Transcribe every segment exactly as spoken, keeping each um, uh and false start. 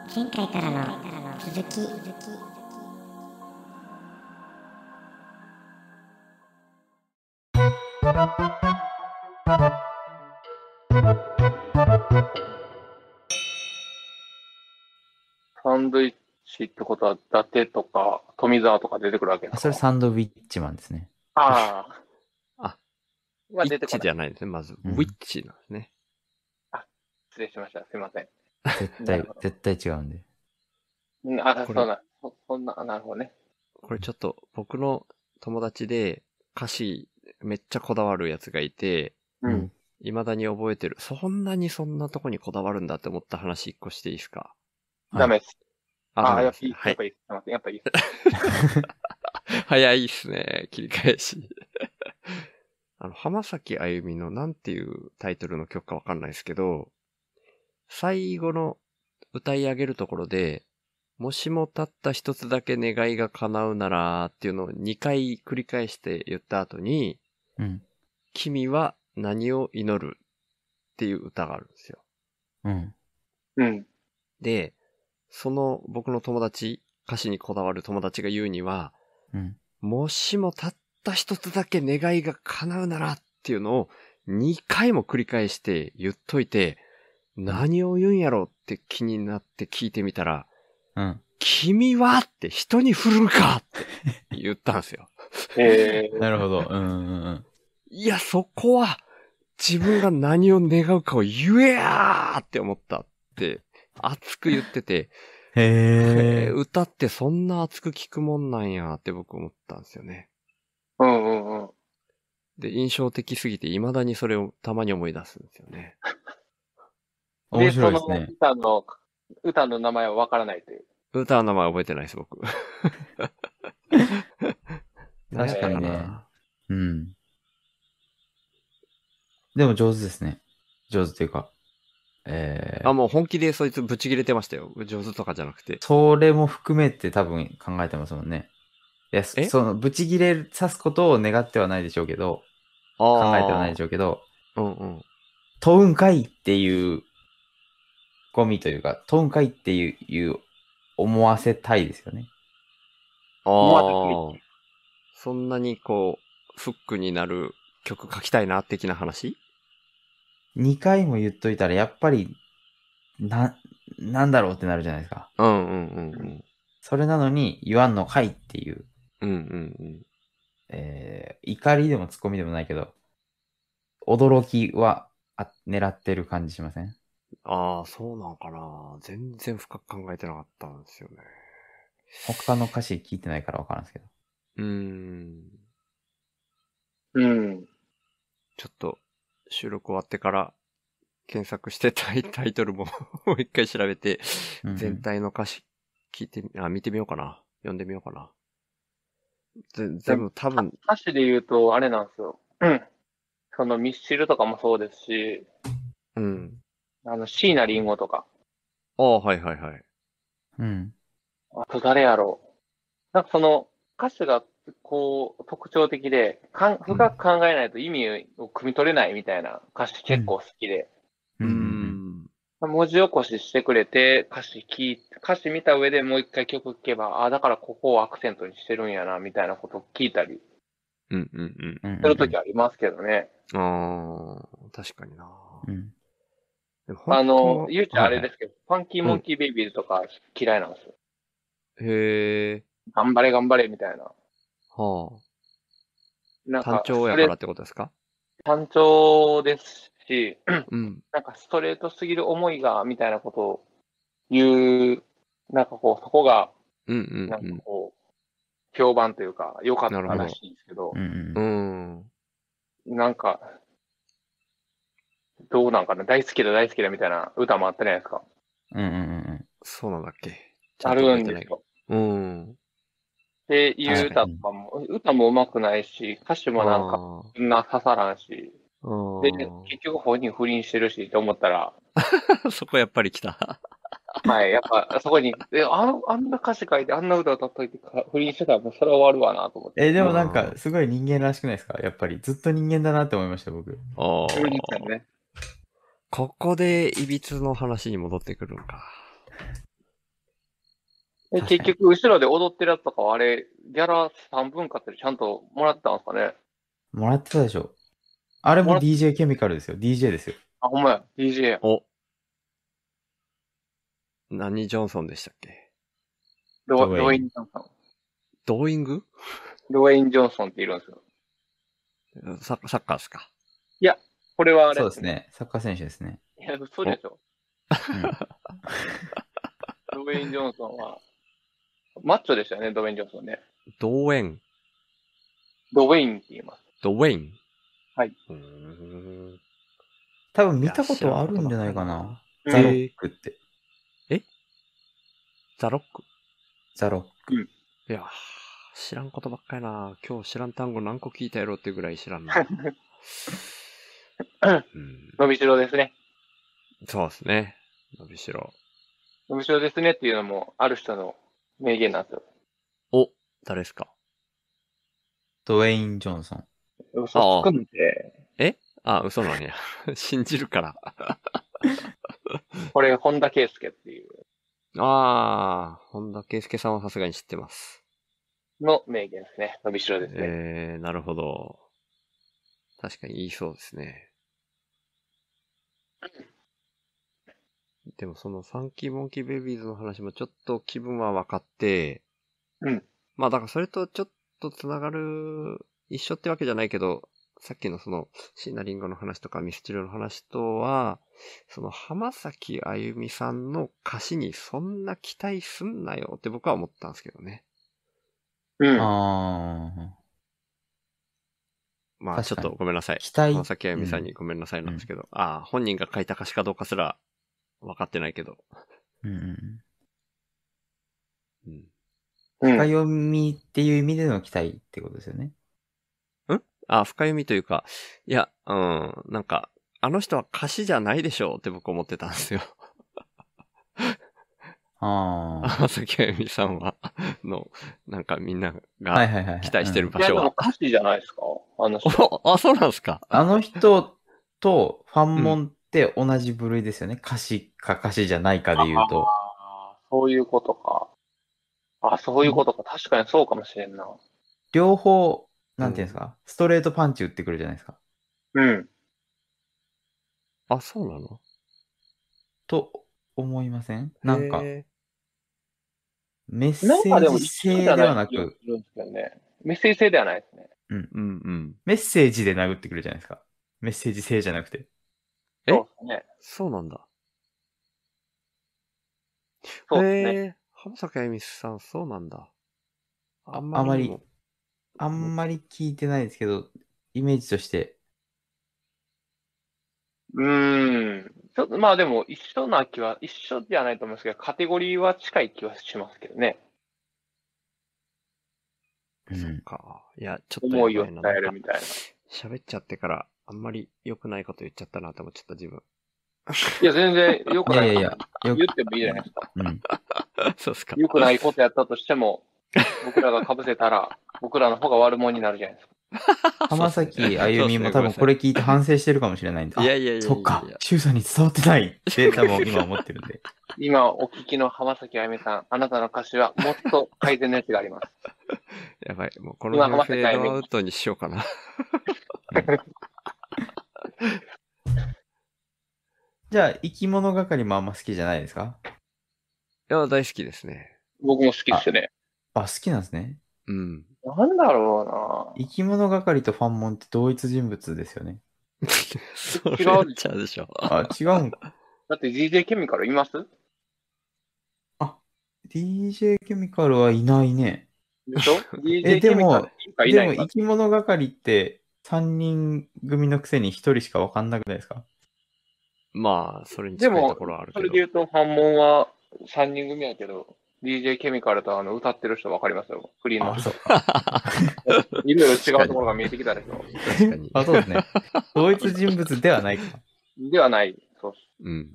前回からの続き。 サンドイッチってことは、伊達とか富澤とか出てくるわけですか？ それサンドウィッチマンですね。 ああ。 あ、 はイッチ出てこない。 じゃないですね。まず、 うん、 ウィッチなんですね。 失礼しました。すいません。 絶対、絶対違うんで。 あ、 これそうなそ。そんな、なるほどね。 これちょっと僕の友達で歌詞めっちゃこだわるやつがいて、 うん。 未だに覚えてる。そんなにそんなとこにこだわるんだって思った話一個していいですか？ ダメです。 あ、 あ、やっぱいい。 ダメですね。はい。 やっぱいい。すいません。やっぱいいです。 早いっすね。切り返し。あの、浜崎あゆみのなんていうタイトルの曲かわかんないですけど、最後の歌い上げるところで、もしもたった一つだけ願いが叶うならっていうのをにかい繰り返して言った後に、 うん。 君は何を祈るっていう歌があるんですよ。 うん。 うん。 で、その僕の友達、歌詞にこだわる友達が言うには、 うん。 もしもたった一つだけ願いが叶うならっていうのをにかいも繰り返して言っといて、何を言うんやろって気になって聞いてみたら、 うん。 君はって人に振るかって言ったんですよ。 えー、 なるほど。うんうんうん。 いや、そこは自分が何を願うかを言えやーって思ったって熱く言ってて、 へー。 歌ってそんな熱く聞くもんなんやって僕思ったんですよね。 うんうんうん。 で、印象的すぎて未だにそれをたまに思い出すんですよね。 面白いですそのね。 歌の、歌の名前はわからないという。 歌の名前覚えてないです、僕。 確かにね。うん。でも上手ですね。上手というか。えー、 あ、もう本気でそいつブチ切れてましたよ。上手とかじゃなくて。 それも含めて多分考えてますもんね。いや、 えその、ブチ切れさすことを願ってはないでしょうけど、 あ考えてはないでしょうけど、 うんうん。 問うんかいっていうゴミというか、問うんかいっていう、いう思わせたいですよね。 あ思わあ。そんなにこう、フックになる曲書きたいな、的な話？ にかいも言っといたら、やっぱり、な、なんだろうってなるじゃないですか。 うんうんうんうん。 それなのに、言わんのかいっていう、 うんうんうん。 えー、怒りでもツッコミでもないけど、驚きはあ狙ってる感じしません？ ああ、そうなんかな。全然深く考えてなかったんですよね。 他の歌詞聞いてないからわからんですけど。 うーん。 うん。 ちょっと、収録終わってから検索してタイタイトルももう一回調べて、 うんうん、 全体の歌詞聞いてみ、あ、見てみようかな。読んでみようかな。ぜ全部多分。 歌詞で言うと、あれなんですよ。うん。そのミスチルとかもそうですし、 うん。 あの、椎名林檎とか。 ああ、はいはいはい。 うん。 あと誰やろう。なんかその歌詞がこう特徴的で、かん深く考えないと意味を汲み取れないみたいな歌詞結構好きで、 うんうんうん。 文字起こししてくれて、歌詞聞い歌詞見た上でもう一回曲聴けば、ああ、だからここをアクセントにしてるんやな、みたいなことを聞いたりうんうんうん。 するときありますけどね。 うん。ああ、確かにな。 うんでも本当あの、言うちゃあはいはいれですけど、ファンキーモンキーベイビーズとか嫌いなんですよ。 へえ、 頑張れ頑張れみたいな。 はあ。 なんか、 単調やそれからってことですか？ 単調ですし、 うん。 なんかストレートすぎる思いが、みたいなことを言う、なんかこう、そこが、 うんうんなんうん。 かこう、評判というか、良かったなるほどらしいんですけどう、んううん。 ん。 なんか、どうなんかな、大好きだ大好きだみたいな歌もあったじゃないですか。 うんうんうんそうなんだっけ。ちゃあんと覚えてない。 るんですよ。 うん。 っていう歌と確かに。 かも、歌も上手くないし、歌詞もなんか、 あそんな刺さらんし、 あ。 で、 う結局本人不倫してるし、と思ったら、 ん。そこやっぱり来た。 はい、やっぱそこに、え、あの、あんな歌詞書いて、あんな歌歌っといてか不倫してたらもうそれは終わるわなと思って。 え、でもなんか、 うんすごい人間らしくないですか？やっぱり。ずっと人間だなって思いました、僕。 あそうですよあ。 ね。 ここで、いびつの話に戻ってくるのか。 え確かに結局、後ろで踊ってるやつとかはあれ、ギャラさんぶん割ってちゃんともらってたんですかね。 もらってたでしょ。あれももらっディージェー ケミカルですよ。ディージェー ですよ。 あ、ほんまや、ディージェー や。 お。何ジョンソンでしたっけ？ ドドウェインドウェイン・ジョンソン。 ドーイング？ ドウェイン・ジョンソンっているんですよ。 ササッカーですか？ いや、これはあれそうです。ね。サッカー選手ですね。 いや、嘘でしょ。 うん、 ドウェイン・ジョンソンは、マッチョでしたよね、ドウェイン・ジョンソンね。 ドーエン。 ドウェインって言います。 ドウェイン。 はい。 うーん。 多分見たことあるんじゃないかな。 いやザロックって。 ザロック。 ザロック。 うん。 いやー、知らんことばっかりな。今日知らん単語何個聞いたやろっていうぐらい知らんな。うん、 伸びしろですね。 そうですね。伸びしろ。 伸びしろですねっていうのも、ある人の名言なんですよ。 お、誰ですか？ ドウェイン・ジョンソン。 嘘つくんで、 えあ、嘘なんや。信じるから。 これ、本田圭佑っていうあー、本田圭佑さんはさすがに知ってます。 の名言ですね。伸びしろですね。 えー、なるほど。確かに言いそうですね。でもそのファンキーモンキーベイビーズの話もちょっと気分は分かって、 うん。 まあだからそれとちょっとつながる、一緒ってわけじゃないけど、さっきのその椎名林檎の話とかミスチルの話とは、その浜崎あゆみさんの歌詞にそんな期待すんなよって僕は思ったんですけどね。 うん。 あー。 まあちょっ確かにとごめんなさい。 期待浜崎あゆみさんにごめんなさいなんですけど、ああ、本人が書いた歌詞かどうかすら分かってないけど。 うんうん。 うん。 うん。 深読みっていう意味での期待ってことですよね。 ああ、深読みというか、いや、うん、なんか、あの人は歌詞じゃないでしょうって僕思ってたんですよ。 ああ。 浜崎あゆみさんは、の、なんかみんなはいがはいはいはい。 期待してるうんいや、でも場所は。 歌詞じゃないですかあの人。 おあ、そうなんですか。 あの人とファンモンって同じ部類ですよね。歌詞か歌詞じゃないかで言うと。 ああ、そういうことか。あ、そういうことか。確かにそうかもしれんな。 両方、なんていうんですか、ストレートパンチ打ってくるじゃないですか。 うん。 あ、そうなの？ と思いません？なんか、 へメッセなんかでもージ一緒じ性でゃないはなく、 気がするんですけどね。メッセージ性ではないですね。 うん。 ーうんうん。 メッセージで殴ってくるじゃないですか。メッセージ性じゃなくて。 えそうですね。 そうなんだ。 そうですね。 へえ、浜崎あゆみさん、そうなんだ。あんあまりまりにも。 あんまり聞いてないですけど、イメージとして。 うーん。ちょっと、まあでも一緒な気は、一緒じゃないと思うんですけど、カテゴリーは近い気はしますけどね。 うんそっか。いや、ちょっと思いを伝やばいな。 えるみたいな。 喋っちゃってから、あんまり良くないこと言っちゃったなと思っちゃった自分。 いや、全然良くないいいややいや、よ言ってもいいじゃないですか。 うん。 そうっすか。 良くないことやったとしても、僕らが被せたら、僕らの方が悪者になるじゃないですか。 浜崎あゆみも多分これ聞いて反省してるかもしれないんで。 いやいやいやいやいやあそっか、シュウさんに伝わってないって多分今思ってるんで。 今お聞きの浜崎あゆみさん、あなたの歌詞はもっと改善のやつがあります。 やばい。もうこの辺フェードアウトにしようかな。 じゃあ、生き物係もあんま好きじゃないですか？ いや、大好きですね。 僕も好きですね。 あ、好きなんですね。 うん。 なんだろ生き物係とファンモンって同一人物ですよね。 それやっちゃうでしょ。 あ、違うん。 うなだって ディージェー ケミカルいますディージェー ケミカルはいないね。 でしょ ?ディージェえ、 ー ケでミカルも、 しかいでもないから生き物係ってさんにん組のくせにひとりしかわかんなくないですか？ まあ、それにでも近いところはあるけどそれで。言うと、ファンモンはさんにん組やけど、ディージェー ケミカルとあの歌ってる人分かりますよ。フリーのあ、 人。 そうか。 いろいろ違うところが見えてきたでしょ。 確かに。 あ、そうですね。同一人物ではないか。 ではない。そううん。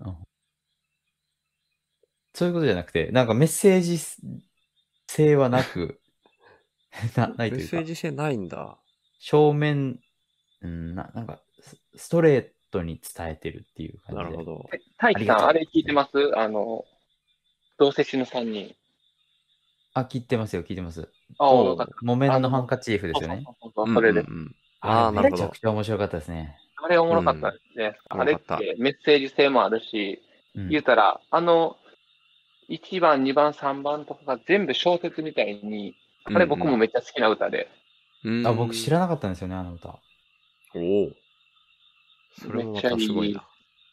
そういうことじゃなくて、なんかメッセージ性はなく、なないというかメッセー、ジ性ないんだ。 正面、うん、ななんかスストレートに伝えてるっていう感じで。 なるほど。 え大輝さん、 ありがとうあれ聞いてますあの、どうせ死ぬさんにん。 あ、聞いてますよ、聞いてます。 ああ、 おうよかった。 木綿のハンカチーフですよね。 そうそうそうそう、それで。 うんうんうんああ、なるほどれめちゃく。ちゃ面白かったですね。 あれおもろかったですね。 うんあれっおもろかったてメッセージ性もあるし、 うん言うたら、あの、いちばん、にばん、さんばんとかが全部小説みたいに、あれ僕もめっちゃ好きな歌で、 うんあ、僕知らなかったんですよね、あの歌。 おお。それもまたすごいな。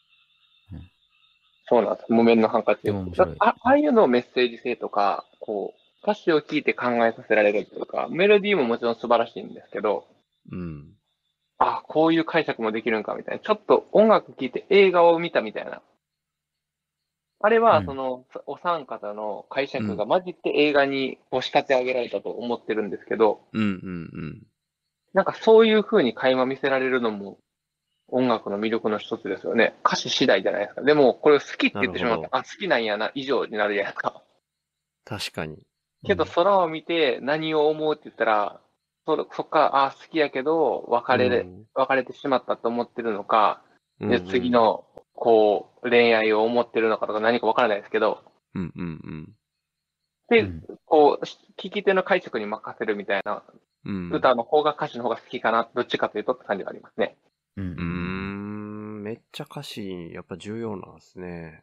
そうなんです。木綿のハンカチでも面白いあ。ああいうのメッセージ性とか、こう、歌詞を聞いて考えさせられるというか、メロディーももちろん素晴らしいんですけど、 うん。 あ、こういう解釈もできるんかみたいな。ちょっと音楽聴いて映画を見たみたいな。あれは、 うんその、お三方の解釈が混じって映画にこう仕立て上げられたと思ってるんですけど、 うんうんうん。 なんかそういう風に垣間見せられるのも音楽の魅力の一つですよね。歌詞次第じゃないですか。でも、これを好きって言ってしまうと、 なるほどあ、好きなんやな、以上になるじゃないですか。 確かに。 けど、空を見て何を思うって言ったら、そ、そっから、あ、好きやけど、別れで、別れてしまったと思ってるのか、 うんで、次。の、こう、恋愛を思ってるのかとか何かわからないですけど、 うんうんで、 うんこう、聞き手の解釈に任せるみたいなうん。うん。 歌の方が歌詞の方が好きかな、どっちかというとって感じがありますね。 うんうーん。めっちゃ歌詞、やっぱ重要なんですね。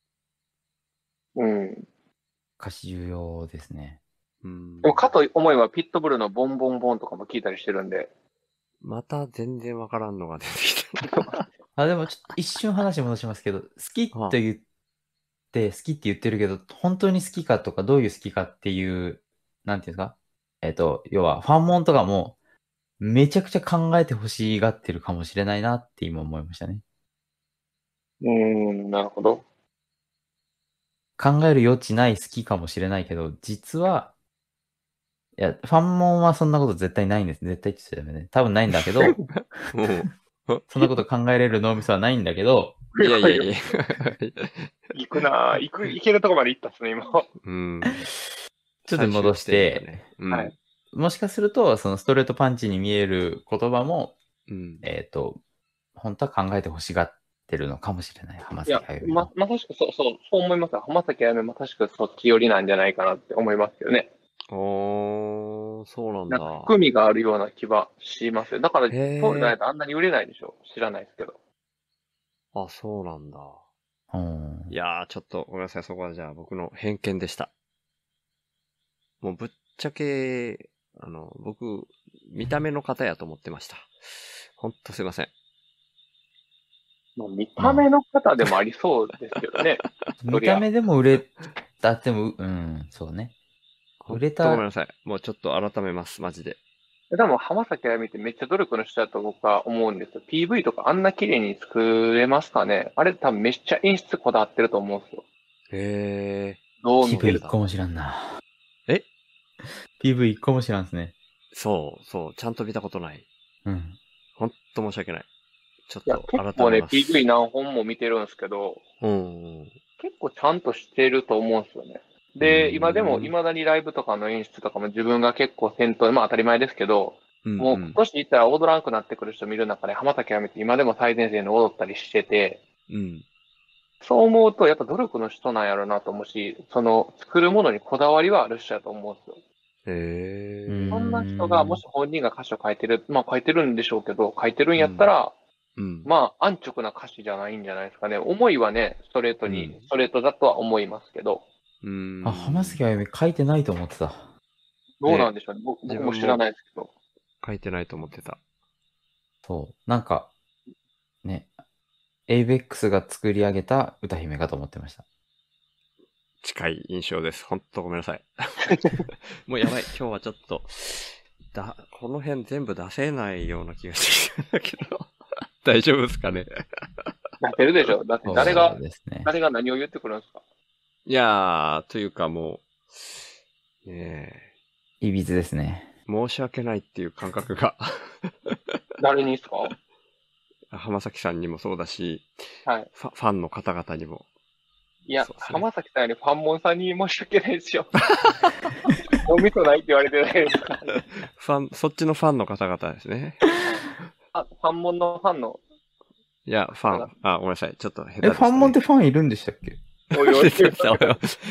うん。 歌詞重要ですね。 うんで。も、かと思えば、ピットブルのボンボンボンとかも聞いたりしてるんで、 また全然わからんのが出てきた。 あ、でもちょっと一瞬話戻しますけど、好きと言って、好きって言ってるけど、本当に好きかとか、どういう好きかっていう、なんていうんですかえっと、要は、ファンモンとかも、めちゃくちゃ考えてほしがってるかもしれないなって今思いましたね。 うーん、なるほど。 考える余地ない好きかもしれないけど、実は、いや、ファンモンはそんなこと絶対ないんです。絶対言っちゃダメね。多分ないんだけど、そんなこと考えれる脳みそはないんだけど、 いやいやいや。 行くなぁ。行く、行けるとこまで行ったっすね、今。 うん。 ちょっと戻して、 ね。うん。 はいもしかすると、そのストレートパンチに見える言葉も、 うん。 えっ、と、本当は考えてほしがってるのかもしれない。浜いや崎あゆ、みのま、まさしくそう、そう、そう思いますよ。浜崎あゆみまさしくそっち寄りなんじゃないかなって思いますよね。 おー、そうなんだ。 なんか含みがあるような気はしますよ。だから、 へーそうじゃないとあんなに売れないでしょ。知らないですけど。 あ、そうなんだ。 うんいやー、ちょっとごめんなさい。そこはじゃあ僕の偏見でした。もうぶっちゃけ、あの、僕、見た目の方やと思ってました。ほんとすいません。 まあ、見た目の方でもありそうですけどね。 見た目でも売れたっても、うん、そうね。売れたほんとごめんなさい。もうちょっと改めます。マジで。 でも、浜崎あゆみってめっちゃ努力の人だと僕は思うんですよ。ピーブイ とかあんな綺麗に作れますかね。あれ多分めっちゃ演出こだわってると思うんですよ。 へどう見ピーブイてる一個も知らんな。 えピーブイ 一個も知らんですね。 ー。そう、そう。ちゃんと見たことない。 うん。 ほんと申し訳ない。ちょっいや、 と結構ね、 改めます。 ピーブイ 何本も見てるんですけど、 うんうん。 結構ちゃんとしてると思うんですよね。で、 うん今でも、未だにライブとかの演出とかも自分が結構先頭で、まあ当たり前ですけど、 うんもう今年行ったら踊らんくなってくる人見る中で、浜崎あゆみって今でも最前線で踊ったりしてて、 うん。 そう思うと、やっぱ努力の人なんやろうなと思うし、その、作るものにこだわりはある人やと思うんですよ。 へえ。 うんそんな人が、もし本人が歌詞を書いてる、まあ書いてるんでしょうけど、書いてるんやったら、 うん。 まあ安直な歌詞じゃないんじゃないですかね。思いはね、ストレートに、 うんストレートだとは思いますけど、 うん。 あ、浜崎あゆみ書いてないと思ってた。 どうなんでしょうね。僕自分も僕も知らないですけど。 書いてないと思ってた。 そう。なんか、ね、エイベックスが作り上げた歌姫かと思ってました。 近い印象です。ほんとごめんなさい。もうやばい。今日はちょっと、だ、この辺全部出せないような気がしてきたけど、大丈夫ですかね。 出せるでしょ。だって誰がそう、ですね。 誰が何を言ってくるんですか。 いやー、というかもう、ねいびつですね。 え、申し訳ないっていう感覚が、 誰にですか。 浜崎さんにもそうだし、 はい。 ファファンの方々にも。 いや、 そうですね浜崎さんよりファンモンさんに申し訳ないですよ。お味噌ないって言われてないですか。 ファン、そっちのファンの方々ですね。 あ、ファンモンのファンの。 いや、ファン、あ、ごめんなさい。ちょっと下手です、 え、 ね。 ファンモンってファンいるんでしたっけ？ おいおい出てきた俺は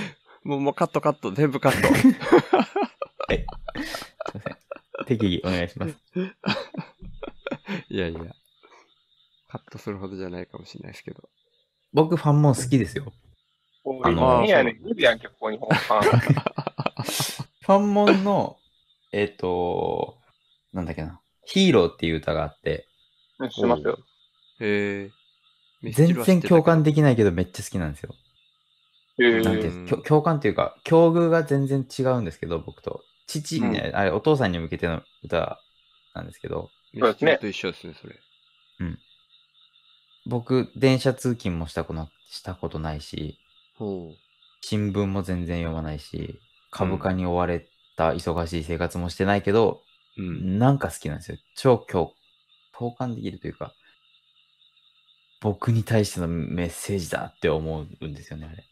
もう、もうカットカット、全部カット。 はい。すいません。適宜お願いします。 いやいや。カットするほどじゃないかもしれないですけど。 僕、ファンモン好きですよ。 あの、いやね、いるやんけ、ここに本ファン。 ファンモンの、えっ、と、なんだっけな、ヒーローっていう歌があって、 うん知ってますよ。 へえ。 全然共感でできないけどめっちゃ好きなんですよ。 へなんていえ。 うんですか、共感っていうか、境遇が全然違うんですけど、僕と。父、 うんねあれ、お父さんに向けての歌なんですけど、 ミスチルと一緒ですね、それ。 僕、電車通勤もしたことなしたことないし、 ほ新聞も全然読まないし、株価に追われた忙しい生活もしてないけど、 う。うん。 なんか好きなんですよ。超共共感できるというか、僕に対してのメッセージだって思うんですよね、あれ。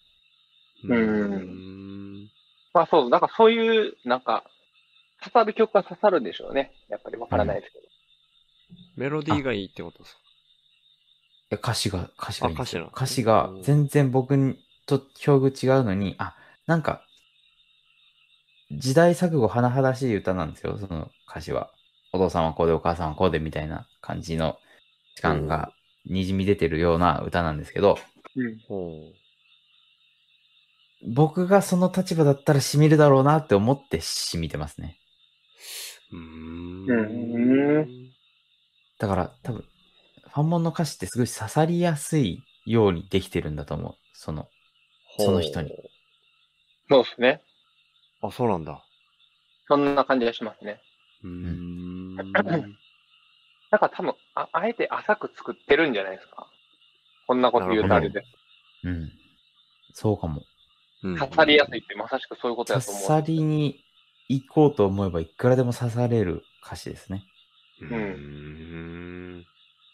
うんまあそう、なんかそういう、なんか、刺さる曲が刺さるんでしょうね。やっぱりわからないですけど。 メロディーがいいってことですか？ いや歌詞が、歌詞がいいんですよ。 あ歌詞歌詞が全然僕にと境遇違うのに、あ、なんか、時代錯誤甚だしい歌なんですよ、その歌詞は。お父さんはこうでお母さんはこうでみたいな感じの時間がにじみ出てるような歌なんですけど、 うん。 ほ僕がその立場だったら染みるだろうなって思って染みてますね。 う。うーん。 うんだから多分、ファンモンの歌詞ってすごい刺さりやすいようにできてるんだと思う。その、その人に。 そうですね。 あ、そうなんだ。 そんな感じがしますね。 うーん。 なんか多分あ、あえて浅く作ってるんじゃないですか。こんなこと言うとあれで。 うん。そうかも。 うん刺さりやすいってまさしくそういうことやと思う。 刺さりに行こうと思えばいくらでも刺される歌詞ですね。 うーん。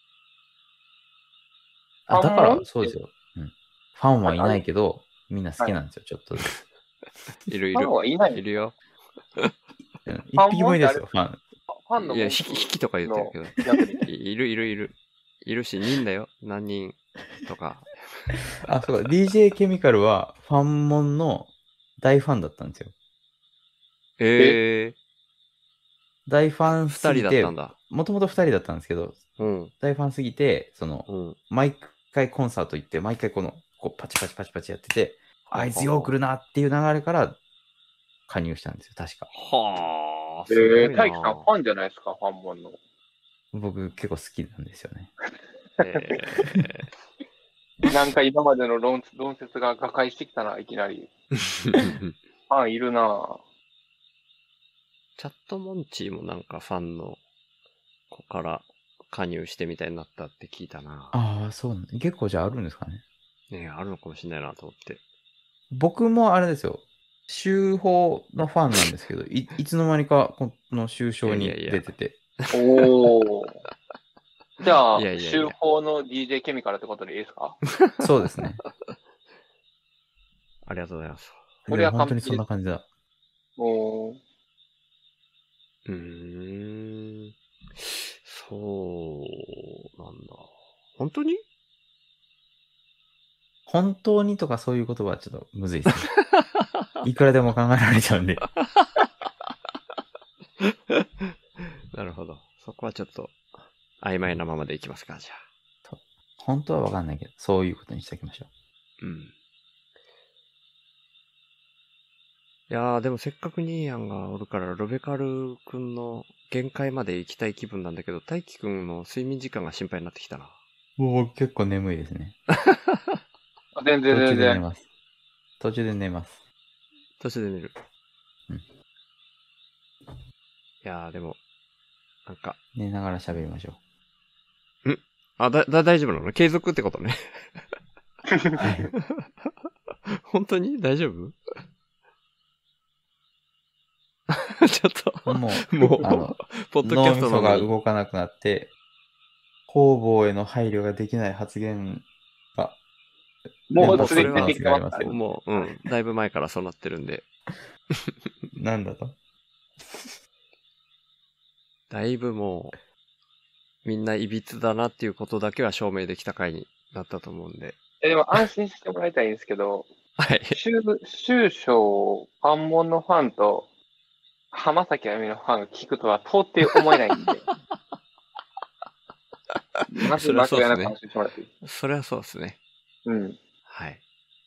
あ、だかファンモンらそうですよ。うん。ファンはいないけど、みんな好きなんですよ、ちょっとずつ。 いるいるファン。はいない。 いるよ。 うん一匹もいないですよ、ファン。 ファンのいや、引き、引きとか言ってるけど。 逆にいいるいるいる。いるし、人だよ。何人とか。 あ、そうか、ディージェー ケミカルはファンモンの大ファンだったんですよ。 ええ大ファンー。二人だすぎて、 ったんだ。 もともと二人だったんですけど、 うん。 大ファンすぎて、その、 うん。 毎回コンサート行って、毎回この、こうパチパチパチパチやってて、 はああいつよう来るなっていう流れから加入したんですよ、確か。 はあ。 えすごいー、 な。 大輝さんファンじゃないですか、ファンモンの。 僕結構好きなんですよね。 えなんか今までの論論説が瓦解してきたな、いきなり。 ーファンいるなぁ。 チャットモンチーもなんかファンの子から加入してみたいになったって聞いたな。 ああ、そうなんだ。結構じゃああるんですかね。 ねえ、あるのかもしれないなと思って。 僕もあれですよ。週報のファンなんですけど、いいつの間にかこの週章にいやいやいや出てて。 おー。じゃあ、 いやいやいや週報の ディージェー ケミカルってことでいいですか？ そうですね。 ありがとうございます。 これはでも本当に完璧ですそんな感じだ。 おー。 うーん。そうなんだ。本当に？ 本当にとかそういう言葉はちょっとむずいですね。いくらでも考えられちゃうんで。 なるほど。そこはちょっと曖昧なままでいきますか、じゃあ。 本当はわかんないけど、そういうことにしておきましょうん。いやー、でもせっかくニーヤンがおるから、ロベカルくんの限界まで行きたい気分なんだけど、大輝くんの睡眠時間が心配になってきたな。 う。もう結構眠いですね。 全然途中全然。 で寝ます。途中で寝ます。 途中で寝る。 うん。 いやー、でも、なんか、 寝ながら喋りましょあ、だ、だ、大丈夫なの？継続ってことね。 う。はい。 本当に大丈夫？ちょっと、 もう、 もう、 あの、 ポッドキャスト脳みそがなのに。 動かなくなって、方々への配慮ができない発言が、 もう連発する可能すでに出てき性がありますけど。 もう、うん、だいぶ前からそうなってるんで、 なんだとだいぶもう、みんないびつだなっていうことだけは証明できた回になったと思うんで。 えでも安心してもらいたいんですけど、 はい。 中、中小、関門のファンと、浜崎あゆみのファンが聞くとは到底思えないんで、まずそりゃ間違いなくそうですね。 安心してもらっていい。 それはそうですね。 うん。 はい。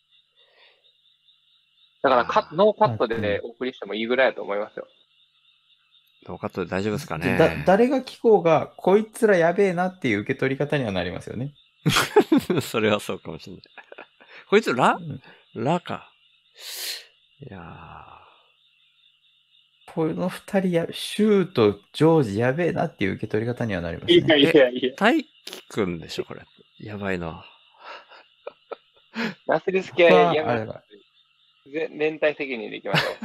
だからカ、 いやーノーカットでお送りしてもいいぐらいだと思いますよ。 ノーカットで大丈夫ですかでだ、 ね。 誰が聞こうが、こいつらやべえなっていう受け取り方にはなりますよね。 それはそうかもしれない。こいつ、ラうんラか。いやこの二人や、シューとジョージやべえなっていう受け取り方にはなりますいやね。 いやいやー、。大輝くんでしょ、これ。やばいな。 なすりつ僕きはは、 やめましょあれだ。 う。ぜ連帯責任でいきましょ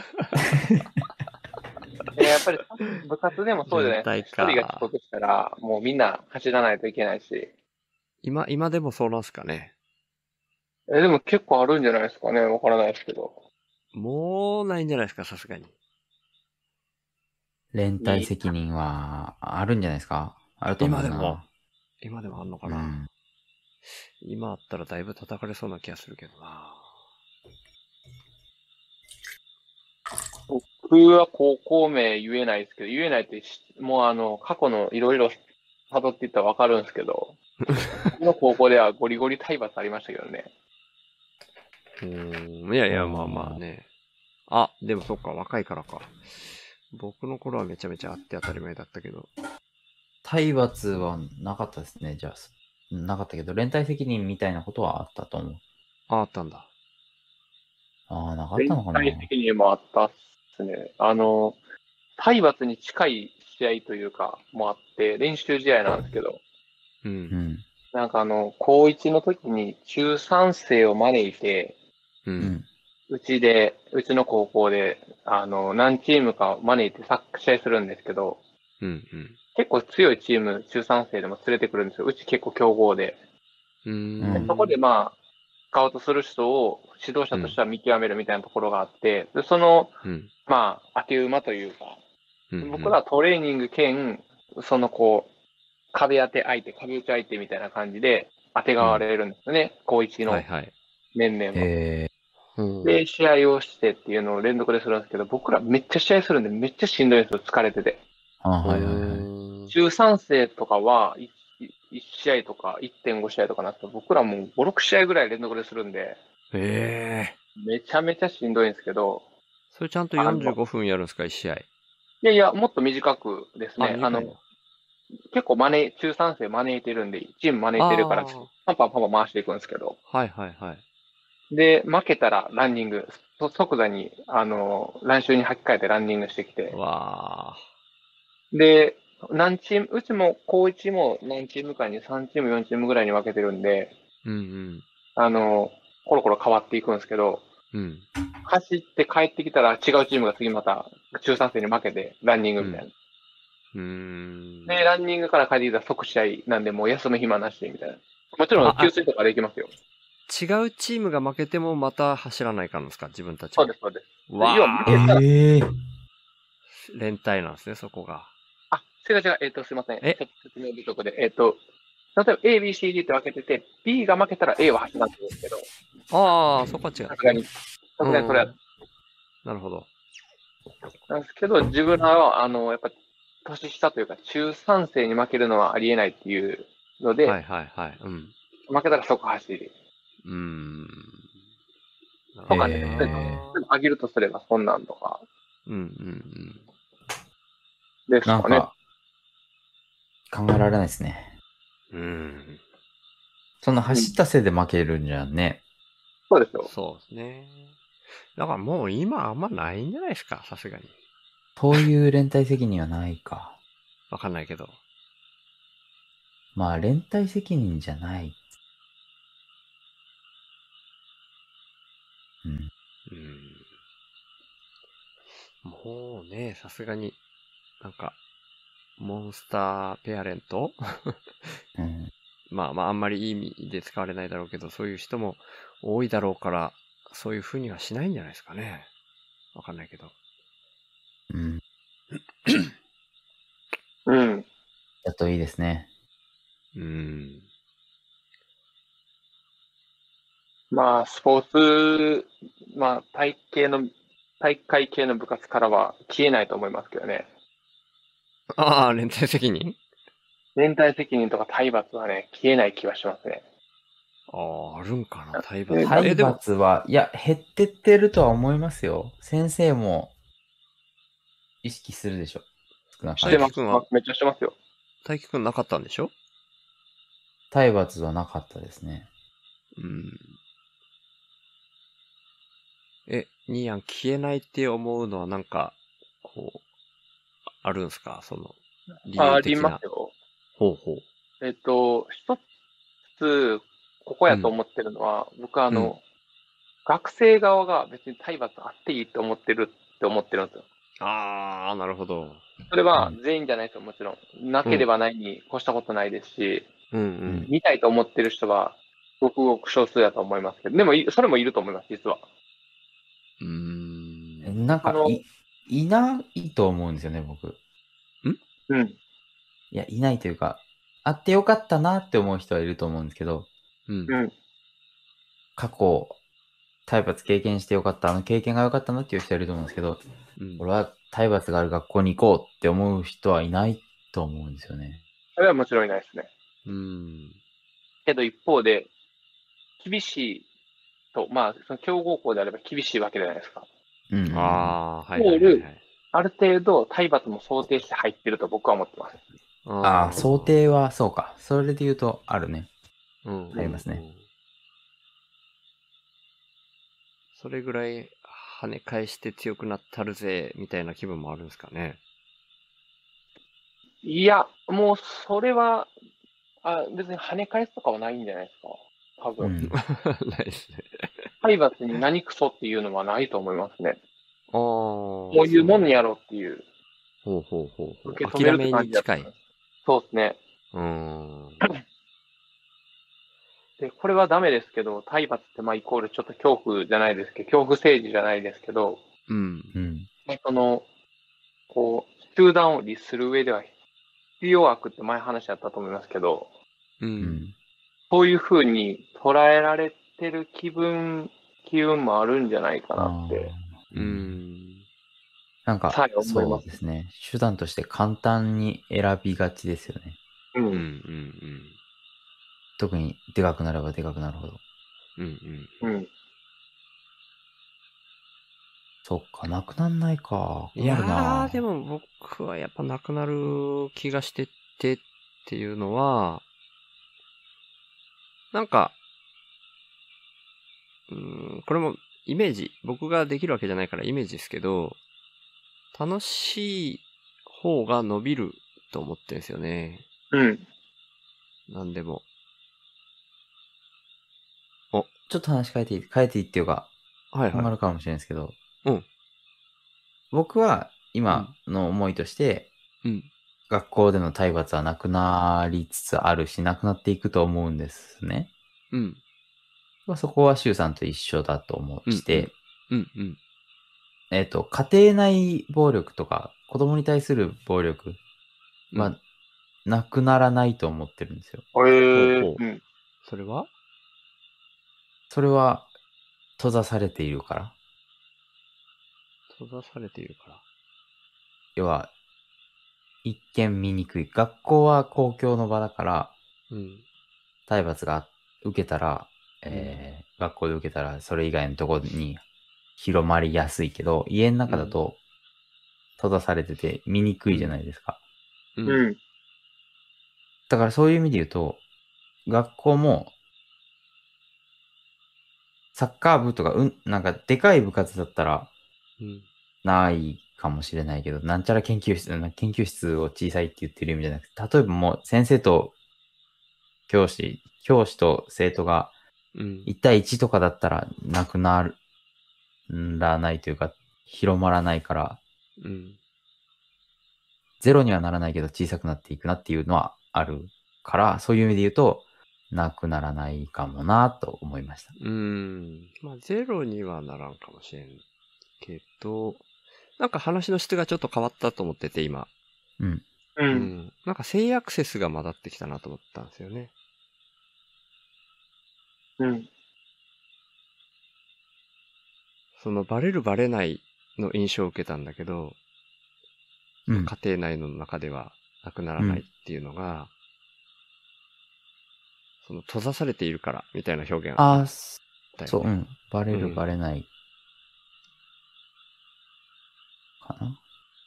う。やっぱり部活でもそうじゃないですか。一人が遅刻したら、もうみんな走らないといけないし。 今、今でもそうなんすかね。 え、でも結構あるんじゃないですかね。わからないですけど。 もうないんじゃないですか、さすがに。 連帯責任はあるんじゃないですか。あると思うな。 今でも今でもあんのかな。 うん。 今あったらだいぶ叩かれそうな気がするけどな。 僕は高校名言えないですけど、言えないってし、もうあの、過去のいろいろ辿っていったらわかるんですけど、僕の高校ではゴリゴリ体罰ありましたけどね。 うーん。いやいや、まあまあね。あ、でもそっか、若いからか。僕の頃はめちゃめちゃあって当たり前だったけど。 体罰はなかったですね。じゃあ、なかったけど、連帯責任みたいなことはあったと思う。 あ、あったんだ。 ああ、なかっ連たのかな。 帯責任もあったっすね。あの、体罰に近い試合というか、もあって、練習試合なんですけど、 う。 うんん。 なんかあの、高いちの時に中さん生を招いて、 う。 うんん。 うちで、うちの高校で、あの、何チームか招いてサッカー試合するんですけど、 うん。うん。 結構強いチーム、中さん生でも連れてくるんですよ。うち結構強豪で。 うーうんん。 そこでまあ、スカウトする人を指導者としては見極めるみたいなところがあって、でその、 うん。 まあ、当て馬というか、 うん。 僕らはトレーニング兼、そのこう、壁当て相手、壁打ち相手みたいな感じで当てがわれるんですよね。高一のはいはい。 面々は。 えうん。 で、試合をしてっていうのを連続でするんですけど、僕らめっちゃ試合するんでめっちゃしんどいんですよ、疲れてて。 ー、あーはいはいはい。 はい。 中さん生とかは、いいち試合とかいってんご試合とかなって、僕らもうご、ろく試合ぐらい連続でするんで、 ええめちゃめちゃしんどいんですけど、 それちゃんとあのよんじゅうごふんやるんですか、一試合。 いやいや、もっと短くですあ、 ね。あの、 短いの。 結構招い、中さん生招いてるんで、チーム招いてるから、 ああ。 パンパンパンパン回していくんですけど、 はいはいはい。 で、負けたらランニング、そ即座に、あの、乱臭に履き替えてランニングしてきて、 わあ。 で、何チーム、うちも高いちも何チームかにさんチーム、よんチームぐらいに分けてるんで、 うんあの、コロコロ変わっていくんですけど、 うん。うん。 走って帰ってきたら違うチームが次また中さん生に負けてランニングみたいな。 うーん。 で、ランニングから帰ってきたら即試合なんで、もう休む暇なしでみたいな。もちろんああ給水とかできますよ。 違うチームが負けてもまた走らないかんですか、自分たちも。 そうです、そうです。 わ要は負けあ。 たら、 ええー、 連帯なんですね、そこが。 あ、違う違う、えっ、と、すいません。 えちょっと説明不足で。えっ、と、例えば A、B、C、D って分けてて、B が負けたら A は走らないんですけど、 ああ、そこは違う。 さすがに。さすがにそれはうんなるほど。 なんですけど、自分らは、あの、やっぱ、年下というか、中さん生に負けるのはありえないっていうので、 はいはいはい。うん。 負けたら即走り。 うーん。なるとかほどね、 えなでも上げるとすればそんなんとかうんうんうん。 ですかね。 なんか、考えられないですね。 うん。 その走ったせいで負けるんじゃんね。 そうですよ。 そうですね。だからもう今あんまないんじゃないですか、さすがに。 そういう連帯責任はないか。 わかんないけど。 まあ、連帯責任じゃない。うん。 うん。もうね、さすがに、なんか、モンスターペアレントうん。 まあまああんまりいい意味で使われないだろうけど、そういう人も多いだろうから、そういう風にはしないんじゃないですかね。わかんないけど。 うん。 うん。 だといいですね。 うーん。 まあ、スポーツ、まあ、体系の、大会系の部活からは消えないと思いますけどね。 ああ、連帯責任連帯責任とか体罰はね、消えない気はしますね。 ああ、あるんかな、体え罰。 体え、でも、 罰は、いや、減ってってるとは思いますよ。先生も意識するでしょ。少なからず。 してます。 大輝くんはめっちゃしてますよ。 大輝くんなかったんでしょ？ 体罰はなかったですね。 うん。え、ニーヤン消えないって思うのはなんか、こう、あるんすか？その、理あ、あり由的な。 ますよ。 ほうほう。 えっと、一つ、ここやとうん思ってるのは、僕はあうんの、学生側が別に体罰あっていいって思ってるって思ってるんですよ。 ああ、なるほど。 それはうん全員じゃないですよ、もちろん。なければないに越したことないですし、 うんううんん。 見たいと思ってる人は、ごくごく少数だと思いますけど、でもい、それもいると思います、実は。 うーん。 なんか、 あの、 い、いないと思うんですよね、僕。 うん、 いや、いないというか、あってよかったなって思う人はいると思うんですけど、 うんう。ん。 過去、体罰経験してよかった、あの経験がよかったなっていう人はいると思うんですけど、 うん。 俺は体罰がある学校に行こうって思う人はいないと思うんですよね。 それはもちろんいないですね。 うん。 けど一方で、厳しいと、まあ、その強豪校であれば厳しいわけじゃないですか。 うんうんうん。 ああ、はいはいはいはい。 ある程度、体罰も想定して入ってると僕は思ってます。 ああ、想定はそうか。それで言うと、あるね。 うんありますね。 うんそれぐらい跳ね返して強くなったるぜ、みたいな気分もあるんですかね。 いや、もうそれは、あ、別に跳ね返すとかはないんじゃないですか。多分。 うん。 ないですね。 体罰に何クソっていうのはないと思いますね。 ああ。 こういうもんやろっていう、 ほうほうほうほう。 受け止めるって諦め感じだとに近い。 思います。そうですね。 うーん。 で、これはダメですけど、体罰ってまあイコールちょっと恐怖じゃないですけど、恐怖政治じゃないですけど、 うん。 うん。 まあその、こう、集団を律する上では必要悪って前話だったと思いますけど、 う。 うんん。 そういう風に捉えられてる気分、機運もあるんじゃないかなあって、 ーう。ん。 なんかさえ、思いそますうですね。手段として簡単に選びがちですよね。 う。 うん。うんん。 特にでかくなればでかくなるほど。 うん。うん。 うん。 そっか、なくなんないか。 いや困るなー、でも僕はやっぱなくなる気がしててっていうのは、なんか、うーん、これもイメージ、僕ができるわけじゃないからイメージですけど、楽しい方が伸びると思ってるんですよね。 うん。 なんでも。 ちょっと話変えていい変えていいっていうか、 はいは困るかもしれないですけど、 うん僕は今の思いとして、 い。うん。 学校での体罰はなくなりつつあるし、なくなっていくと思うんですね。 うん。 まあそこは周さんと一緒だと思うして、 うんうん。 えっと、家庭内暴力とか、子供に対する暴力うんはなくならないと思ってるんですよ。 えー、 ほうほううん。 それはそれは閉ざされているから。 閉ざされているから。 要は、一見見にくい。学校は公共の場だから、 うん。 体罰が受けたら、えー学校で受けたら、それ以外のところに広まりやすいけど、家の中だと閉ざされてて見にくいじゃないですか。 う。 うんん。 だからそういう意味で言うと、学校も、サッカー部とか、うん、なんかでかい部活だったら、 うん。 ないかもしれないけど、なんちゃら研究室、な研究室を小さいって言ってる意味じゃなくて、例えばもう先生と教師、教師と生徒がうん。 いち対いちとかだったらなくならないというか、広まらないから、 うん。 ゼロにはならないけど小さくなっていくなっていうのはあるから、そういう意味で言うと、なくならないかもなと思いました。 うん。まあ、ゼロにはならんかもしれんけど、なんか話の質がちょっと変わったと思ってて、今。 うん。 う。 うんん。なんか性アクセスが混ざってきたなと思ったんですよね。 うん。 そのバレるバレないの印象を受けたんだけど、 うん。 家庭内の中ではなくならないっていうのが、その閉ざされているからみたいな表現ああ、そだよね。 そう、うん。バレるうんバレない。かな。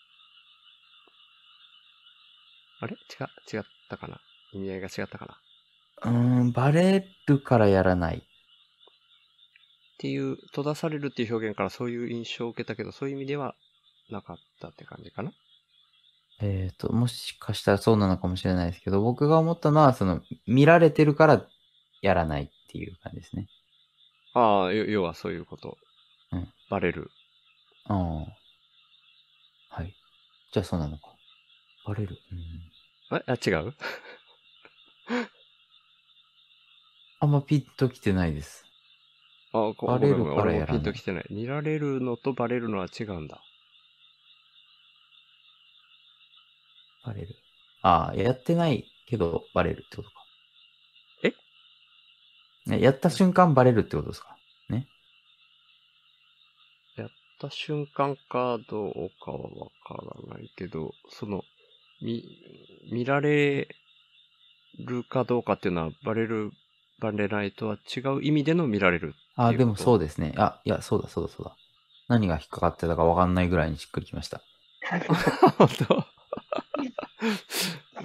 あれ違、違ったかな意味合いが違ったかなっうーん、バレるからやらない。 ていう、閉ざされるっていう表現からそういう印象を受けたけど、そういう意味ではなかったって感じかな。 えっと、もしかしたらそうなのかもしれないですけど、僕が思ったのは、その、見られてるからやらないっていう感じですね。 ああ、よ要はそういうこと。 うん。 バレる。 ああ。はい。じゃあそうなのか。バレる。うん。 えあ、違うあんまピッときてないです。 あ、ごバレるごめんごめん俺もピからやらないンときてない。見られるのとバレるのは違うんだ。 バレる。ああ、やってないけどバレるってことか。 えねやった瞬間バレるってことですかね。 やった瞬間かどうかはわからないけど、その、見、見られるかどうかっていうのは、バレる、バレないとは違う意味での見られるっていうこと。 ああ、でもそうですね。あ、いや、そうだそうだそうだ。何が引っかかってたかわかんないぐらいにしっくりきました。 本当うん。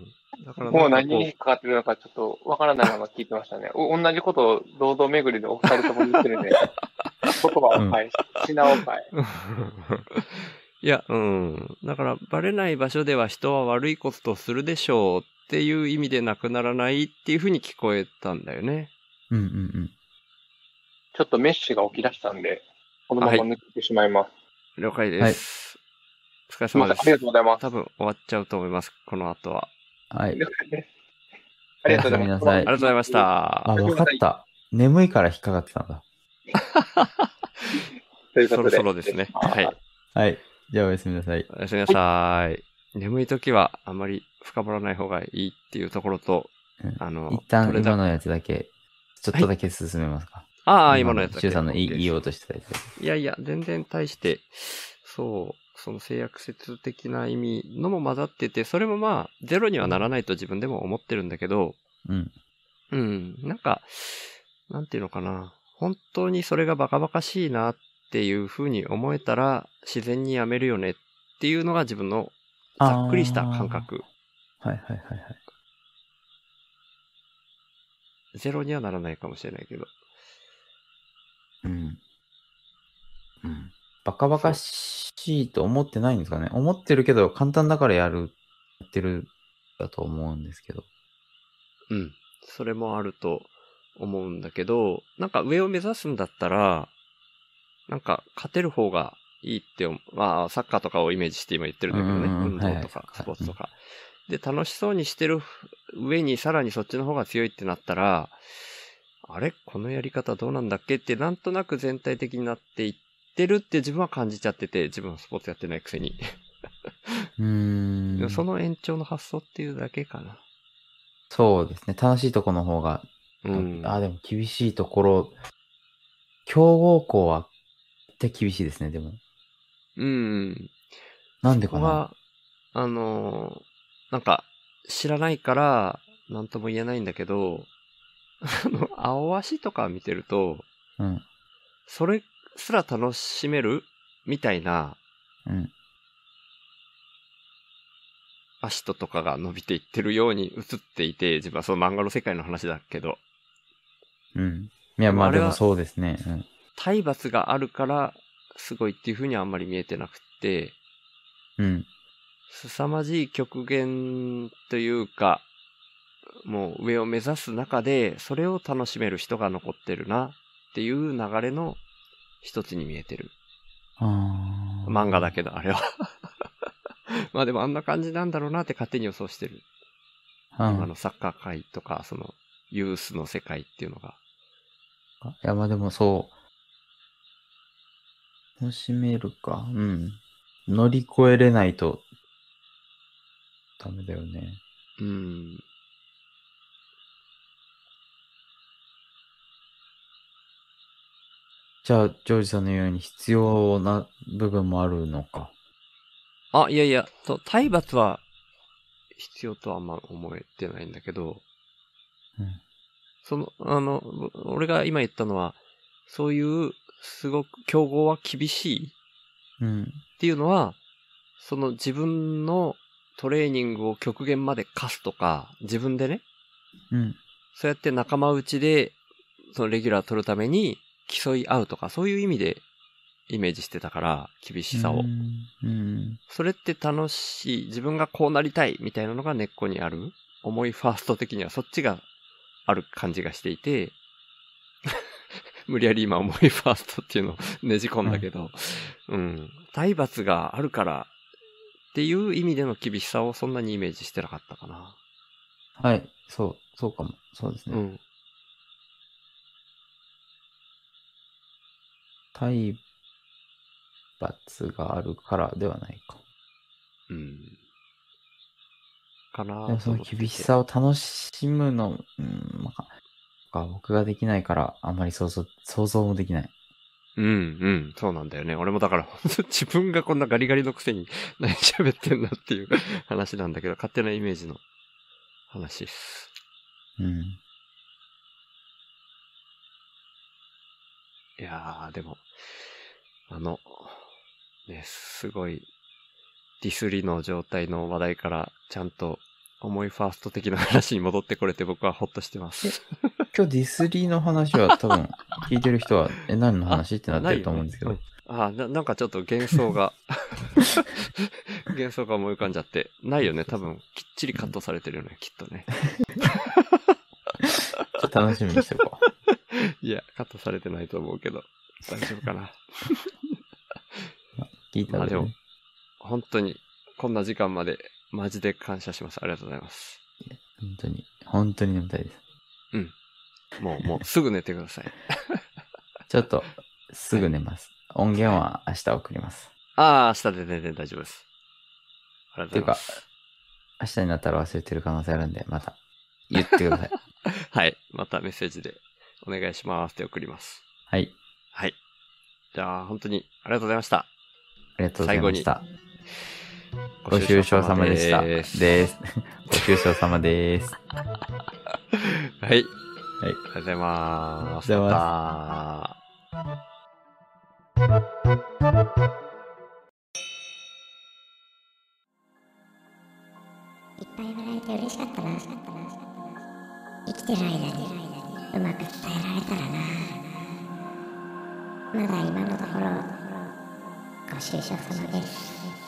だからもうなんかこ何に引っかかってるのかちょっとわからないまま聞いてましたね。お同じことを堂々巡りでお二人とも言ってるんで、言葉を返し、品を変え。 う。いや、うん。だから、バレない場所では人は悪いことをするでしょうっていう意味でなくならないっていうふうに聞こえたんだよね。 うんうんうん。 ちょっとメッシが起き出したんで、このまま抜けてしまいます。 了解です。お疲れすみません、 様です。 ありがとうございます。 多分終わっちゃうと思います、この後は。 はい。 了解です。ありがとうございます。 おやすみなさいありがとうございました。 あ、わかった。眠いから引っかかってたんだ。 ということで。 そろそろですね。はい。 はい。じゃあおやすみなさい。 おやすみなさい。眠い時はあまり深掘らない方がいいっていうところと、 うんあの、 一旦取れた今のやつだけ、ちょっとだけ進めますか。 ああ、今のやつだけ。 シュウさんの言い OK です言おうとしてたやつだけ。 いやいや、全然対して、そう、その性悪説的な意味のも混ざってて、それもまあ、ゼロにはならないと自分でも思ってるんだけど、 うん。 うん、なんか、なんていうのかな。本当にそれがバカバカしいなっていうふうに思えたら、自然にやめるよねっていうのが自分のざっくりした感覚。 はいはいはいはい。 ゼロにはならないかもしれないけど。 うん。うん。バカバカしいと思ってないんですかね。思ってるけど、簡単だからやる、やってるだと思うんですけど。 うん。それもあると思うんだけど、なんか上を目指すんだったら、なんか勝てる方がいいって思う。まあ、サッカーとかをイメージして今言ってるんだけどね。 うんうんうん運動とはいはいかスポーツとか。で、楽しそうにしてる上にさらにそっちの方が強いってなったら、あれこのやり方どうなんだっけってなんとなく全体的になっていってるって自分は感じちゃってて、自分はスポーツやってないくせに。 うーん。 でもその延長の発想っていうだけかな。 そうですね。楽しいとこの方が、 うん。 あ、でも厳しいところ、強豪校は絶対厳しいですね、でも。 うん。 なんでかなそこは、あのーなんか、知らないから、なんとも言えないんだけど、あの、青足とか見てると、 うん。 それすら楽しめるみたいなうん。 足ととかが伸びていってるように映っていて、自分はその漫画の世界の話だけど、 うん。いや、まああれはでもそうですね。うん。 体罰があるからすごいっていう風にはあんまり見えてなくて、 うん。 凄まじい極限というか、もう上を目指す中で、それを楽しめる人が残ってるなっていう流れの一つに見えてる。 あー漫画だけど、あれは。まあでもあんな感じなんだろうなって勝手に予想してる。 うん今のサッカー界とか、その、ユースの世界っていうのが。 いや、まあでもそう。楽しめるか。うん。乗り越えれないと、ダメだよね。 うん。 じゃあ、ジョージさんのように必要な部分もあるのか。 あ、いやいや、と体罰は必要とはあんま思えてないんだけど、 うん。 その、あの、俺が今言ったのは、そういう、すごく、競合は厳しいうん。 っていうのは、その自分のトレーニングを極限まで課すとか、自分でね、 うん。 そうやって仲間内で、そのレギュラー取るために競い合うとか、そういう意味でイメージしてたから、厳しさを。 うん。うん。 それって楽しい、自分がこうなりたいみたいなのが根っこにある。重いファースト的にはそっちがある感じがしていて、無理やり今重いファーストっていうのをねじ込んだけど、うん。体罰があるからっていう意味での厳しさをそんなにイメージしてなかったかな。 はい。そう、そうかも。そうですね。 うん。 体罰があるからではないか。 うん。かなでもそのと思ってて。 厳しさを楽しむの、うん、まあ、か僕ができないからあんまり想像、想像もできない。 うん、うん、そうなんだよね。俺もだから、自分がこんなガリガリのくせに何喋ってんだっていう話なんだけど、勝手なイメージの話です。 うん。 いやー、でも、あの、ね、すごい、ディスりの状態の話題から、ちゃんと重いファースト的な話に戻ってこれて僕はホッとしてます。 今日ディスリーの話は多分聞いてる人は、え、何の話ってなってると思うんですけど。 ないよねうんあな、なんかちょっと幻想が、幻想が思い浮かんじゃって、ないよね。多分、きっちりカットされてるよね、きっとね。 ちょっと楽しみにしておこう。 いや、カットされてないと思うけど、大丈夫かな。 聞いたら、ね。 まあでも、本当に、こんな時間まで、マジで感謝します。ありがとうございます。 本当に、本当に眠たいです。 うん。もう、もう、すぐ寝てください。 ちょっと、すぐ寝ます。音源は明日送ります。 ああ、明日で全然大丈夫です。ありがとうございます。 明日になったら忘れてる可能性あるんで、また言ってください。 はい。またメッセージでお願いしますって送ります。 はい。 はい。じゃあ、本当にありがとうございました。 ありがとうございました。ごご愁傷様でした。 で。 ですす。ご愁傷様です。 はい。 はい。 ありがとうございます。 ありがとうございまいっぱい笑えて嬉しかったな。生きてる間にうまく伝えられたらな。まだ今のところご愁傷様です。